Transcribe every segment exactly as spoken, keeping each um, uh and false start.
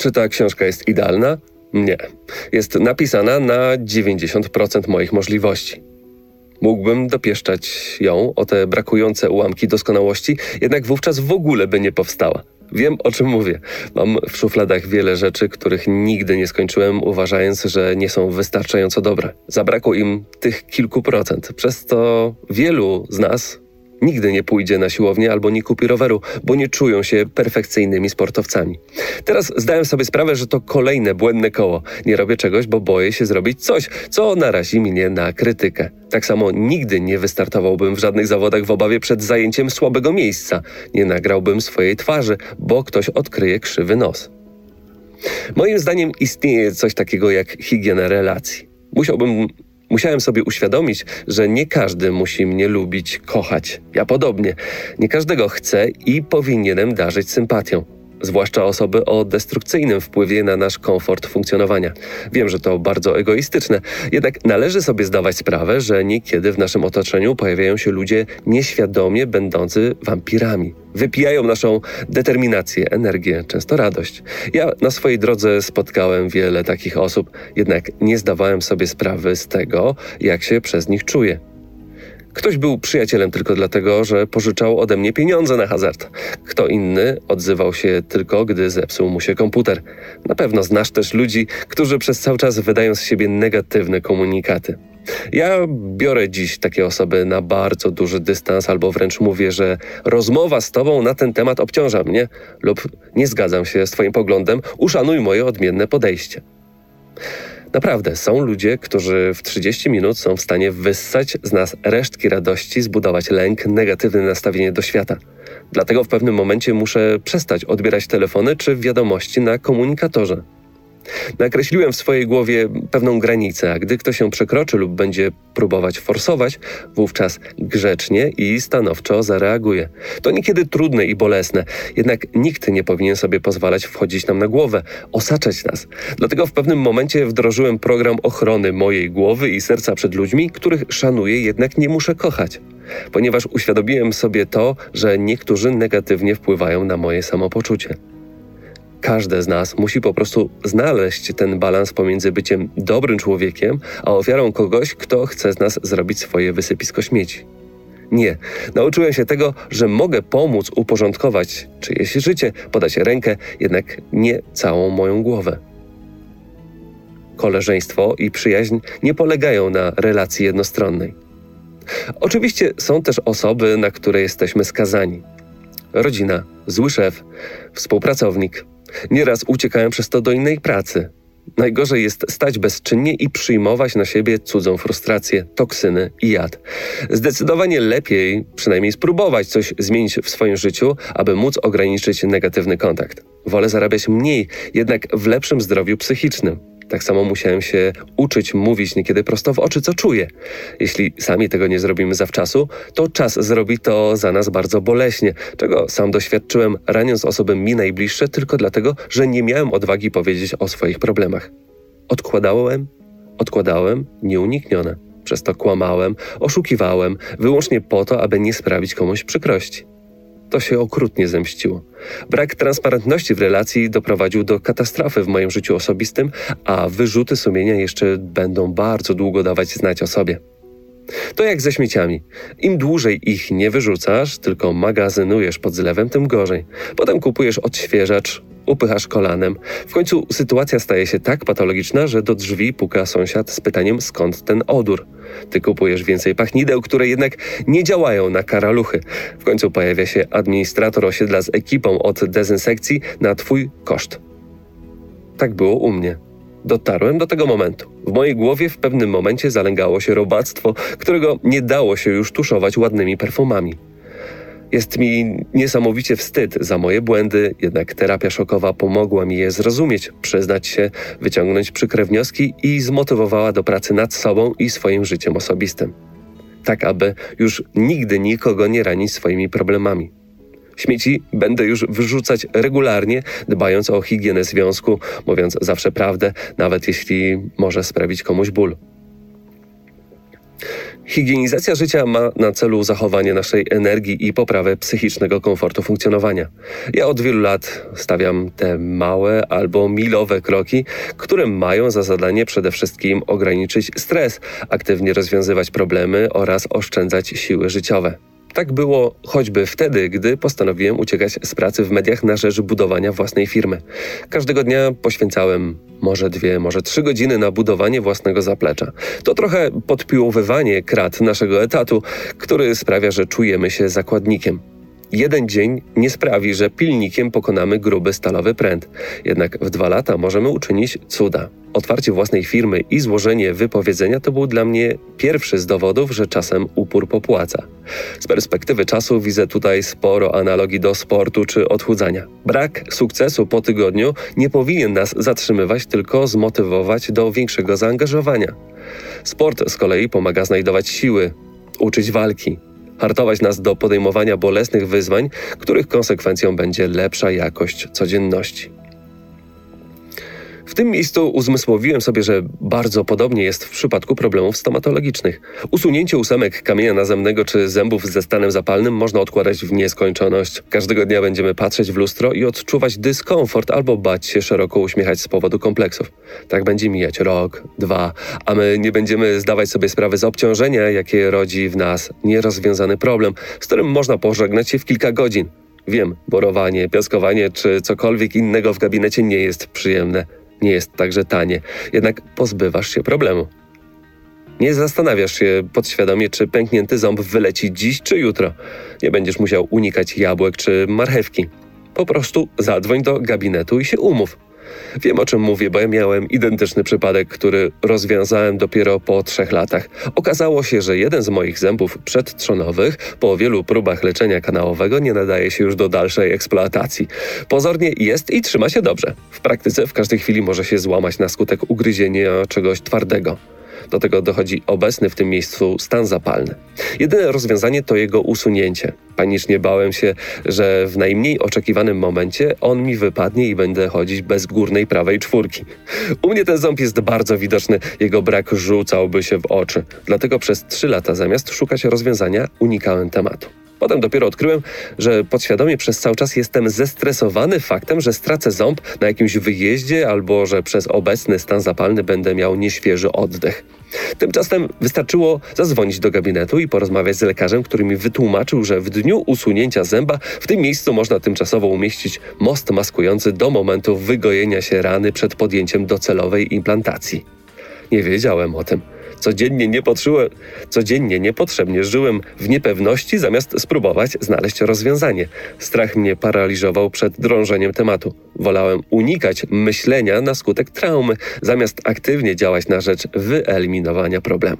Czy ta książka jest idealna? Nie. Jest napisana na dziewięćdziesiąt procent moich możliwości. Mógłbym dopieszczać ją o te brakujące ułamki doskonałości, jednak wówczas w ogóle by nie powstała. Wiem, o czym mówię. Mam w szufladach wiele rzeczy, których nigdy nie skończyłem, uważając, że nie są wystarczająco dobre. Zabrakło im tych kilku procent. Przez to wielu z nas nigdy nie pójdzie na siłownię albo nie kupi roweru, bo nie czują się perfekcyjnymi sportowcami. Teraz zdałem sobie sprawę, że to kolejne błędne koło. Nie robię czegoś, bo boję się zrobić coś, co narazi mnie na krytykę. Tak samo nigdy nie wystartowałbym w żadnych zawodach w obawie przed zajęciem słabego miejsca. Nie nagrałbym swojej twarzy, bo ktoś odkryje krzywy nos. Moim zdaniem istnieje coś takiego jak higiena relacji. Musiałbym Musiałem sobie uświadomić, że nie każdy musi mnie lubić, kochać. Ja podobnie. Nie każdego chcę i powinienem darzyć sympatią. Zwłaszcza osoby o destrukcyjnym wpływie na nasz komfort funkcjonowania. Wiem, że to bardzo egoistyczne, jednak należy sobie zdawać sprawę, że niekiedy w naszym otoczeniu pojawiają się ludzie nieświadomie będący wampirami. Wypijają naszą determinację, energię, często radość. Ja na swojej drodze spotkałem wiele takich osób, jednak nie zdawałem sobie sprawy z tego, jak się przez nich czuję. Ktoś był przyjacielem tylko dlatego, że pożyczał ode mnie pieniądze na hazard. Kto inny odzywał się tylko, gdy zepsuł mu się komputer. Na pewno znasz też ludzi, którzy przez cały czas wydają z siebie negatywne komunikaty. Ja biorę dziś takie osoby na bardzo duży dystans albo wręcz mówię, że rozmowa z tobą na ten temat obciąża mnie lub nie zgadzam się z twoim poglądem, uszanuj moje odmienne podejście. Naprawdę, są ludzie, którzy w trzydzieści minut są w stanie wyssać z nas resztki radości, zbudować lęk, negatywne nastawienie do świata. Dlatego w pewnym momencie muszę przestać odbierać telefony czy wiadomości na komunikatorze. Nakreśliłem w swojej głowie pewną granicę, a gdy ktoś ją przekroczy lub będzie próbować forsować, wówczas grzecznie i stanowczo zareaguję. To niekiedy trudne i bolesne, jednak nikt nie powinien sobie pozwalać wchodzić nam na głowę, osaczać nas. Dlatego w pewnym momencie wdrożyłem program ochrony mojej głowy i serca przed ludźmi, których szanuję, jednak nie muszę kochać. Ponieważ uświadomiłem sobie to, że niektórzy negatywnie wpływają na moje samopoczucie. Każdy z nas musi po prostu znaleźć ten balans pomiędzy byciem dobrym człowiekiem, a ofiarą kogoś, kto chce z nas zrobić swoje wysypisko śmieci. Nie. Nauczyłem się tego, że mogę pomóc uporządkować czyjeś życie, podać rękę, jednak nie całą moją głowę. Koleżeństwo i przyjaźń nie polegają na relacji jednostronnej. Oczywiście są też osoby, na które jesteśmy skazani. Rodzina, zły szef, współpracownik. Nieraz uciekałem przez to do innej pracy. Najgorzej jest stać bezczynnie i przyjmować na siebie cudzą frustrację, toksyny i jad. Zdecydowanie lepiej przynajmniej spróbować coś zmienić w swoim życiu, aby móc ograniczyć negatywny kontakt. Wolę zarabiać mniej, jednak w lepszym zdrowiu psychicznym. Tak samo musiałem się uczyć mówić niekiedy prosto w oczy, co czuję. Jeśli sami tego nie zrobimy zawczasu, to czas zrobi to za nas bardzo boleśnie, czego sam doświadczyłem, raniąc osoby mi najbliższe tylko dlatego, że nie miałem odwagi powiedzieć o swoich problemach. Odkładałem, odkładałem nieuniknione. Przez to kłamałem, oszukiwałem, wyłącznie po to, aby nie sprawić komuś przykrości. To się okrutnie zemściło. Brak transparentności w relacji doprowadził do katastrofy w moim życiu osobistym, a wyrzuty sumienia jeszcze będą bardzo długo dawać znać o sobie. To jak ze śmieciami. Im dłużej ich nie wyrzucasz, tylko magazynujesz pod zlewem, tym gorzej. Potem kupujesz odświeżacz, upychasz kolanem. W końcu sytuacja staje się tak patologiczna, że do drzwi puka sąsiad z pytaniem, skąd ten odór. Ty kupujesz więcej pachnideł, które jednak nie działają na karaluchy. W końcu pojawia się administrator osiedla z ekipą od dezynsekcji na twój koszt. Tak było u mnie. Dotarłem do tego momentu. W mojej głowie w pewnym momencie zalęgało się robactwo, którego nie dało się już tuszować ładnymi perfumami. Jest mi niesamowicie wstyd za moje błędy, jednak terapia szokowa pomogła mi je zrozumieć, przyznać się, wyciągnąć przykre wnioski i zmotywowała do pracy nad sobą i swoim życiem osobistym. Tak, aby już nigdy nikogo nie ranić swoimi problemami. Śmieci będę już wyrzucać regularnie, dbając o higienę związku, mówiąc zawsze prawdę, nawet jeśli może sprawić komuś ból. Higienizacja życia ma na celu zachowanie naszej energii i poprawę psychicznego komfortu funkcjonowania. Ja od wielu lat stawiam te małe albo milowe kroki, które mają za zadanie przede wszystkim ograniczyć stres, aktywnie rozwiązywać problemy oraz oszczędzać siły życiowe. Tak było choćby wtedy, gdy postanowiłem uciekać z pracy w mediach na rzecz budowania własnej firmy. Każdego dnia poświęcałem może dwie, może trzy godziny na budowanie własnego zaplecza. To trochę podpiłowywanie krat naszego etatu, który sprawia, że czujemy się zakładnikiem. Jeden dzień nie sprawi, że pilnikiem pokonamy gruby stalowy pręt. Jednak w dwa lata możemy uczynić cuda. Otwarcie własnej firmy i złożenie wypowiedzenia to był dla mnie pierwszy z dowodów, że czasem upór popłaca. Z perspektywy czasu widzę tutaj sporo analogii do sportu czy odchudzania. Brak sukcesu po tygodniu nie powinien nas zatrzymywać, tylko zmotywować do większego zaangażowania. Sport z kolei pomaga znajdować siły, uczyć walki, hartować nas do podejmowania bolesnych wyzwań, których konsekwencją będzie lepsza jakość codzienności. W tym miejscu uzmysłowiłem sobie, że bardzo podobnie jest w przypadku problemów stomatologicznych. Usunięcie ósemek kamienia nazemnego czy zębów ze stanem zapalnym można odkładać w nieskończoność. Każdego dnia będziemy patrzeć w lustro i odczuwać dyskomfort albo bać się szeroko uśmiechać z powodu kompleksów. Tak będzie mijać rok, dwa, a my nie będziemy zdawać sobie sprawy z obciążenia, jakie rodzi w nas nierozwiązany problem, z którym można pożegnać się w kilka godzin. Wiem, borowanie, piaskowanie czy cokolwiek innego w gabinecie nie jest przyjemne. Nie jest także tanie, jednak pozbywasz się problemu. Nie zastanawiasz się podświadomie, czy pęknięty ząb wyleci dziś czy jutro. Nie będziesz musiał unikać jabłek czy marchewki. Po prostu zadzwoń do gabinetu i się umów. Wiem, o czym mówię, bo ja miałem identyczny przypadek, który rozwiązałem dopiero po trzech latach. Okazało się, że jeden z moich zębów przedtrzonowych po wielu próbach leczenia kanałowego nie nadaje się już do dalszej eksploatacji. Pozornie jest i trzyma się dobrze. W praktyce w każdej chwili może się złamać na skutek ugryzienia czegoś twardego. Do tego dochodzi obecny w tym miejscu stan zapalny. Jedyne rozwiązanie to jego usunięcie. Panicznie bałem się, że w najmniej oczekiwanym momencie on mi wypadnie i będę chodzić bez górnej prawej czwórki. U mnie ten ząb jest bardzo widoczny, jego brak rzucałby się w oczy. Dlatego przez trzy lata zamiast szukać rozwiązania unikałem tematu. Potem dopiero odkryłem, że podświadomie przez cały czas jestem zestresowany faktem, że stracę ząb na jakimś wyjeździe albo że przez obecny stan zapalny będę miał nieświeży oddech. Tymczasem wystarczyło zadzwonić do gabinetu i porozmawiać z lekarzem, który mi wytłumaczył, że w dniu usunięcia zęba w tym miejscu można tymczasowo umieścić most maskujący do momentu wygojenia się rany przed podjęciem docelowej implantacji. Nie wiedziałem o tym. Codziennie, nie potrzyłem, codziennie niepotrzebnie żyłem w niepewności, zamiast spróbować znaleźć rozwiązanie. Strach mnie paraliżował przed drążeniem tematu. Wolałem unikać myślenia na skutek traumy, zamiast aktywnie działać na rzecz wyeliminowania problemu.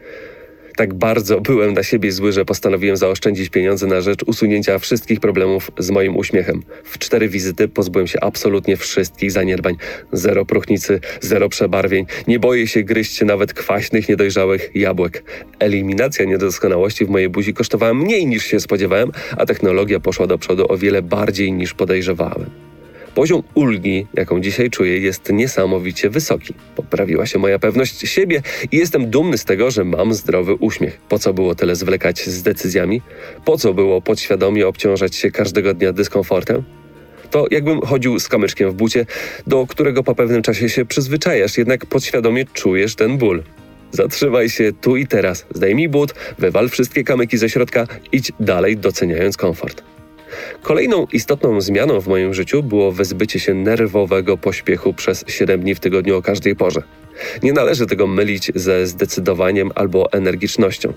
Tak bardzo byłem na siebie zły, że postanowiłem zaoszczędzić pieniądze na rzecz usunięcia wszystkich problemów z moim uśmiechem. W cztery wizyty pozbyłem się absolutnie wszystkich zaniedbań. Zero próchnicy, zero przebarwień. Nie boję się gryźć nawet kwaśnych, niedojrzałych jabłek. Eliminacja niedoskonałości w mojej buzi kosztowała mniej niż się spodziewałem, a technologia poszła do przodu o wiele bardziej niż podejrzewałem. Poziom ulgi, jaką dzisiaj czuję, jest niesamowicie wysoki. Poprawiła się moja pewność siebie i jestem dumny z tego, że mam zdrowy uśmiech. Po co było tyle zwlekać z decyzjami? Po co było podświadomie obciążać się każdego dnia dyskomfortem? To jakbym chodził z kamyczkiem w bucie, do którego po pewnym czasie się przyzwyczajasz, jednak podświadomie czujesz ten ból. Zatrzymaj się tu i teraz, zdejmij but, wywal wszystkie kamyki ze środka, idź dalej, doceniając komfort. Kolejną istotną zmianą w moim życiu było wyzbycie się nerwowego pośpiechu przez siedem dni w tygodniu o każdej porze. Nie należy tego mylić ze zdecydowaniem albo energicznością.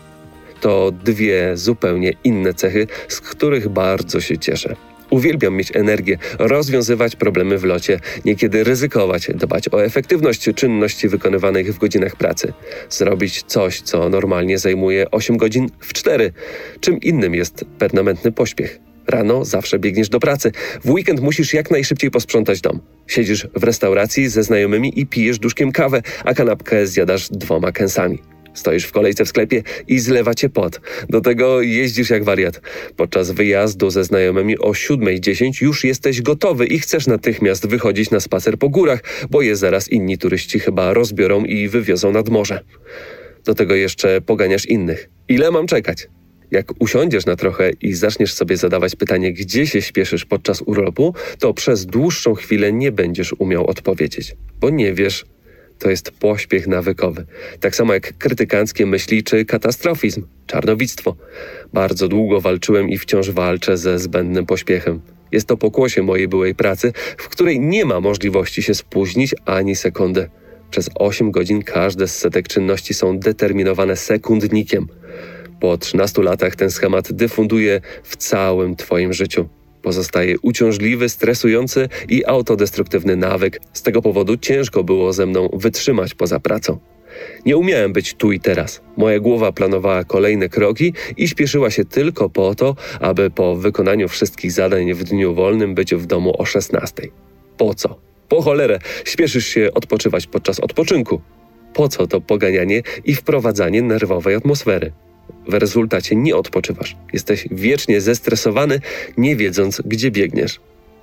To dwie zupełnie inne cechy, z których bardzo się cieszę. Uwielbiam mieć energię, rozwiązywać problemy w locie, niekiedy ryzykować, dbać o efektywność czynności wykonywanych w godzinach pracy. Zrobić coś, co normalnie zajmuje osiem godzin w cztery. Czym innym jest permanentny pośpiech. Rano zawsze biegniesz do pracy. W weekend musisz jak najszybciej posprzątać dom. Siedzisz w restauracji ze znajomymi i pijesz duszkiem kawę, a kanapkę zjadasz dwoma kęsami. Stoisz w kolejce w sklepie i zlewa cię pot. Do tego jeździsz jak wariat. Podczas wyjazdu ze znajomymi o siódmej dziesięć już jesteś gotowy i chcesz natychmiast wychodzić na spacer po górach, bo je zaraz inni turyści chyba rozbiorą i wywiozą nad morze. Do tego jeszcze poganiasz innych. Ile mam czekać? Jak usiądziesz na trochę i zaczniesz sobie zadawać pytanie, gdzie się śpieszysz podczas urlopu, to przez dłuższą chwilę nie będziesz umiał odpowiedzieć, bo nie wiesz. To jest pośpiech nawykowy. Tak samo jak krytykanckie myśli czy katastrofizm, czarnowictwo. Bardzo długo walczyłem i wciąż walczę ze zbędnym pośpiechem. Jest to pokłosie mojej byłej pracy, w której nie ma możliwości się spóźnić ani sekundy. Przez osiem godzin każde z setek czynności są determinowane sekundnikiem. Po trzynastu latach ten schemat dyfunduje w całym twoim życiu. Pozostaje uciążliwy, stresujący i autodestruktywny nawyk. Z tego powodu ciężko było ze mną wytrzymać poza pracą. Nie umiałem być tu i teraz. Moja głowa planowała kolejne kroki i śpieszyła się tylko po to, aby po wykonaniu wszystkich zadań w dniu wolnym być w domu o szesnastej. Po co? Po cholerę śpieszysz się odpoczywać podczas odpoczynku. Po co to poganianie i wprowadzanie nerwowej atmosfery? W rezultacie nie odpoczywasz. Jesteś wiecznie zestresowany, nie wiedząc, gdzie biegniesz.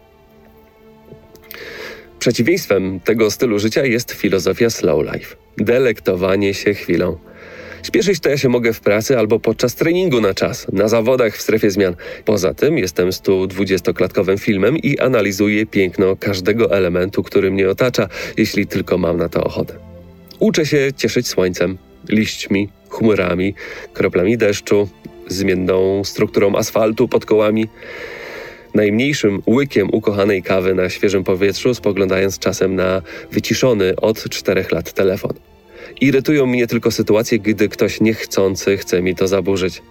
Przeciwieństwem tego stylu życia jest filozofia slow life. Delektowanie się chwilą. Śpieszyć to ja się mogę w pracy albo podczas treningu na czas, na zawodach w strefie zmian. Poza tym jestem stu dwudziestoklatkowym filmem i analizuję piękno każdego elementu, który mnie otacza, jeśli tylko mam na to ochotę. Uczę się cieszyć słońcem, liśćmi, chmurami, kroplami deszczu, zmienną strukturą asfaltu pod kołami, najmniejszym łykiem ukochanej kawy na świeżym powietrzu, spoglądając czasem na wyciszony od czterech lat telefon. Irytują mnie tylko sytuacje, gdy ktoś niechcący chce mi to zaburzyć.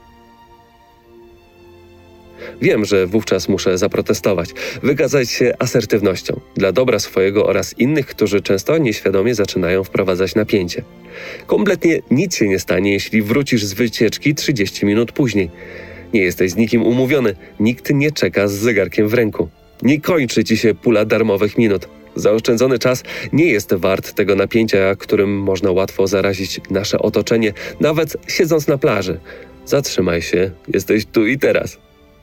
Wiem, że wówczas muszę zaprotestować, wykazać się asertywnością dla dobra swojego oraz innych, którzy często nieświadomie zaczynają wprowadzać napięcie. Kompletnie nic się nie stanie, jeśli wrócisz z wycieczki trzydzieści minut później. Nie jesteś z nikim umówiony, nikt nie czeka z zegarkiem w ręku. Nie kończy ci się pula darmowych minut. Zaoszczędzony czas nie jest wart tego napięcia, którym można łatwo zarazić nasze otoczenie, nawet siedząc na plaży. Zatrzymaj się, jesteś tu i teraz.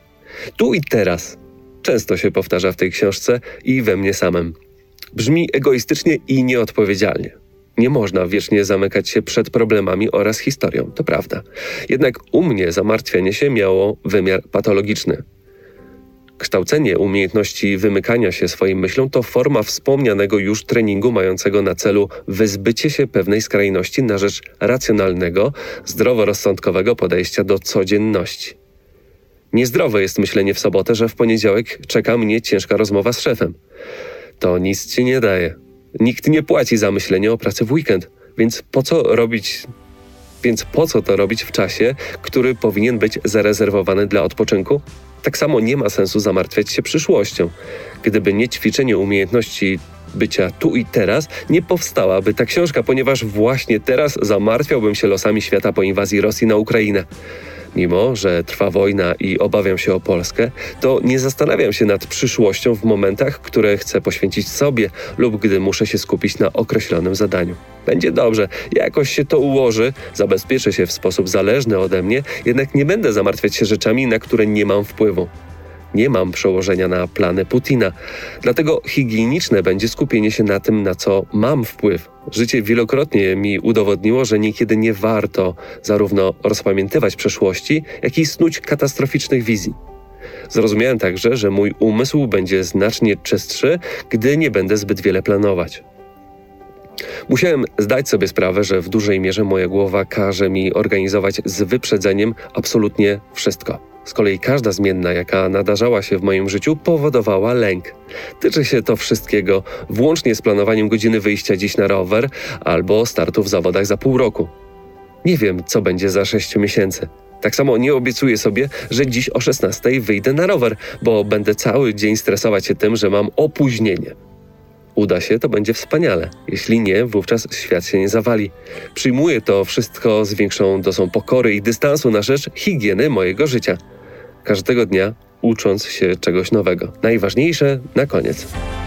Tu i teraz. Często się powtarza w tej książce i we mnie samym. Brzmi egoistycznie i nieodpowiedzialnie. Nie można wiecznie zamykać się przed problemami oraz historią, to prawda. Jednak u mnie zamartwianie się miało wymiar patologiczny. Kształcenie umiejętności wymykania się swoim myślom to forma wspomnianego już treningu mającego na celu wyzbycie się pewnej skrajności na rzecz racjonalnego, zdroworozsądkowego podejścia do codzienności. Niezdrowe jest myślenie w sobotę, że w poniedziałek czeka mnie ciężka rozmowa z szefem. To nic ci nie daje. Nikt nie płaci za myślenie o pracy w weekend, więc po co robić... Więc po co to robić w czasie, który powinien być zarezerwowany dla odpoczynku? Tak samo nie ma sensu zamartwiać się przyszłością. Gdyby nie ćwiczenie umiejętności bycia tu i teraz, nie powstałaby ta książka, ponieważ właśnie teraz zamartwiałbym się losami świata po inwazji Rosji na Ukrainę. Mimo że trwa wojna i obawiam się o Polskę, to nie zastanawiam się nad przyszłością w momentach, które chcę poświęcić sobie lub gdy muszę się skupić na określonym zadaniu. Będzie dobrze, jakoś się to ułoży, zabezpieczę się w sposób zależny ode mnie, jednak nie będę zamartwiać się rzeczami, na które nie mam wpływu. Nie mam przełożenia na plany Putina, dlatego higieniczne będzie skupienie się na tym, na co mam wpływ. Życie wielokrotnie mi udowodniło, że niekiedy nie warto zarówno rozpamiętywać przeszłości, jak i snuć katastroficznych wizji. Zrozumiałem także, że mój umysł będzie znacznie czystszy, gdy nie będę zbyt wiele planować. Musiałem zdać sobie sprawę, że w dużej mierze moja głowa każe mi organizować z wyprzedzeniem absolutnie wszystko. Z kolei każda zmienna, jaka nadarzała się w moim życiu, powodowała lęk. Tyczy się to wszystkiego, włącznie z planowaniem godziny wyjścia dziś na rower albo startu w zawodach za pół roku. Nie wiem, co będzie za sześciu miesięcy. Tak samo nie obiecuję sobie, że dziś o szesnastej wyjdę na rower, bo będę cały dzień stresować się tym, że mam opóźnienie. Uda się, to będzie wspaniale. Jeśli nie, wówczas świat się nie zawali. Przyjmuję to wszystko z większą dozą pokory i dystansu na rzecz higieny mojego życia. Każdego dnia ucząc się czegoś nowego. Najważniejsze na koniec.